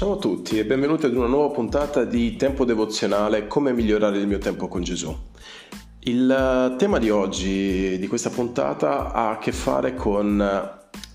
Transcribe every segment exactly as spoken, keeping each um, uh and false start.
Ciao a tutti e benvenuti ad una nuova puntata di Tempo Devozionale, come migliorare il mio tempo con Gesù. Il tema di oggi, di questa puntata, ha a che fare con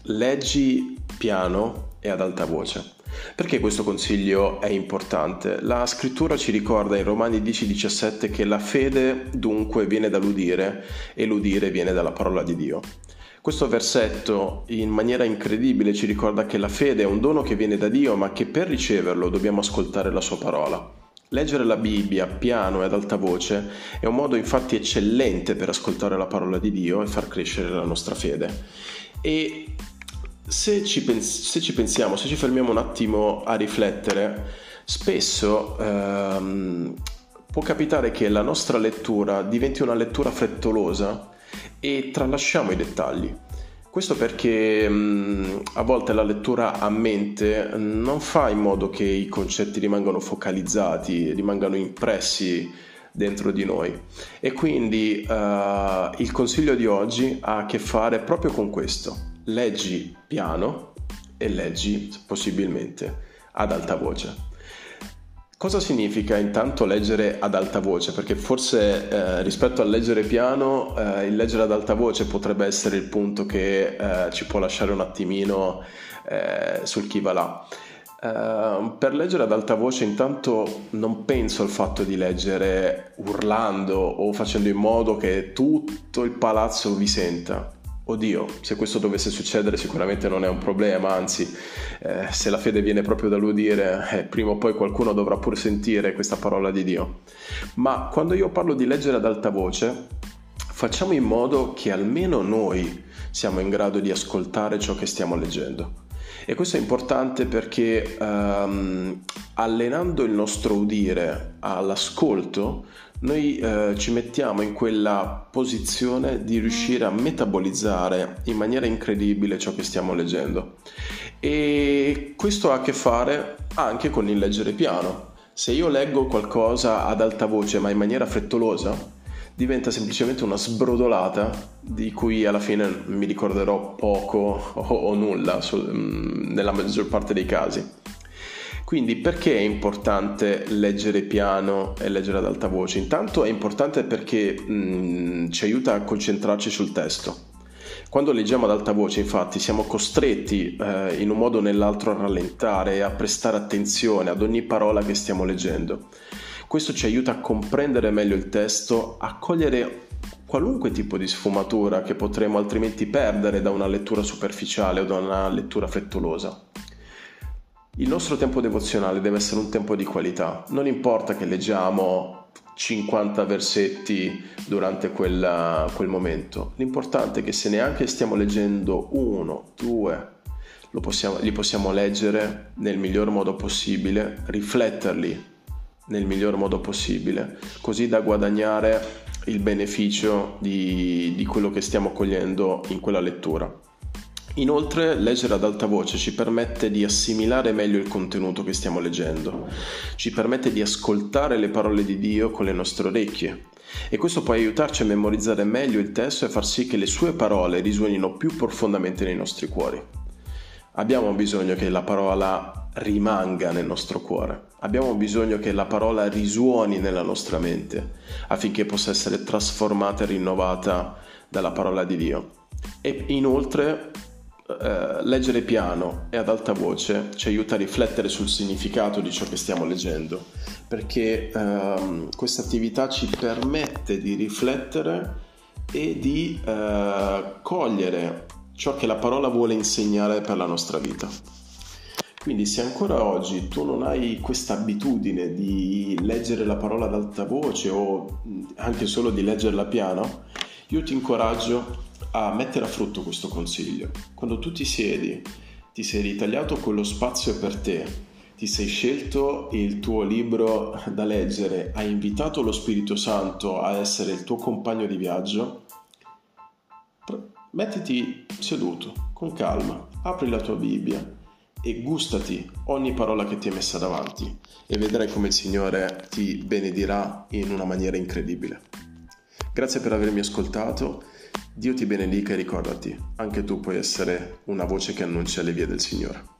leggi piano e ad alta voce. Perché questo consiglio è importante? La scrittura ci ricorda in Romani dieci diciassette che la fede dunque viene dall'udire e l'udire viene dalla parola di Dio. Questo versetto in maniera incredibile ci ricorda che la fede è un dono che viene da Dio, ma che per riceverlo dobbiamo ascoltare la sua parola. Leggere la Bibbia piano e ad alta voce è un modo infatti eccellente per ascoltare la parola di Dio e far crescere la nostra fede. E se ci, pens- se ci pensiamo, se ci fermiamo un attimo a riflettere, spesso ehm, può capitare che la nostra lettura diventi una lettura frettolosa e tralasciamo i dettagli. Questo perché mh, a volte la lettura a mente non fa in modo che i concetti rimangano focalizzati, rimangano impressi dentro di noi. E quindi uh, il consiglio di oggi ha a che fare proprio con questo. Leggi piano e leggi possibilmente ad alta voce. Cosa significa intanto leggere ad alta voce? Perché forse eh, rispetto a leggere piano, eh, il leggere ad alta voce potrebbe essere il punto che eh, ci può lasciare un attimino eh, sul chi va là. Uh, per leggere ad alta voce intanto non penso al fatto di leggere urlando o facendo in modo che tutto il palazzo vi senta. Oddio, se questo dovesse succedere sicuramente non è un problema, anzi eh, se la fede viene proprio dall'udire, eh, prima o poi qualcuno dovrà pure sentire questa parola di Dio. Ma quando io parlo di leggere ad alta voce, facciamo in modo che almeno noi siamo in grado di ascoltare ciò che stiamo leggendo. E questo è importante perché um, allenando il nostro udire all'ascolto, noi eh, ci mettiamo in quella posizione di riuscire a metabolizzare in maniera incredibile ciò che stiamo leggendo. E questo ha a che fare anche con il leggere piano. Se io leggo qualcosa ad alta voce ma in maniera frettolosa, diventa semplicemente una sbrodolata di cui alla fine mi ricorderò poco o, o nulla nella maggior parte dei casi. Quindi perché è importante leggere piano e leggere ad alta voce? Intanto è importante perché mh, ci aiuta a concentrarci sul testo. Quando leggiamo ad alta voce, infatti, siamo costretti eh, in un modo o nell'altro a rallentare e a prestare attenzione ad ogni parola che stiamo leggendo. Questo ci aiuta a comprendere meglio il testo, a cogliere qualunque tipo di sfumatura che potremo altrimenti perdere da una lettura superficiale o da una lettura frettolosa. Il nostro tempo devozionale deve essere un tempo di qualità. Non importa che leggiamo cinquanta versetti durante quel, quel momento. L'importante è che se neanche stiamo leggendo uno, due, lo possiamo, li possiamo leggere nel miglior modo possibile, rifletterli nel miglior modo possibile, così da guadagnare il beneficio di, di quello che stiamo cogliendo in quella lettura. Inoltre, leggere ad alta voce ci permette di assimilare meglio il contenuto che stiamo leggendo, ci permette di ascoltare le parole di Dio con le nostre orecchie e questo può aiutarci a memorizzare meglio il testo e far sì che le sue parole risuonino più profondamente nei nostri cuori. Abbiamo bisogno che la parola rimanga nel nostro cuore, abbiamo bisogno che la parola risuoni nella nostra mente affinché possa essere trasformata e rinnovata dalla parola di Dio. E inoltre eh, leggere piano e ad alta voce ci aiuta a riflettere sul significato di ciò che stiamo leggendo, perché ehm, questa attività ci permette di riflettere e di eh, cogliere ciò che la parola vuole insegnare per la nostra vita. Quindi se ancora oggi tu non hai questa abitudine di leggere la parola ad alta voce o anche solo di leggerla piano, io ti incoraggio a mettere a frutto questo consiglio. Quando tu ti siedi, ti sei ritagliato quello spazio per te, ti sei scelto il tuo libro da leggere, hai invitato lo Spirito Santo a essere il tuo compagno di viaggio, mettiti seduto, con calma, apri la tua Bibbia e gustati ogni parola che ti è messa davanti e vedrai come il Signore ti benedirà in una maniera incredibile. Grazie per avermi ascoltato, Dio ti benedica e ricordati, anche tu puoi essere una voce che annuncia le vie del Signore.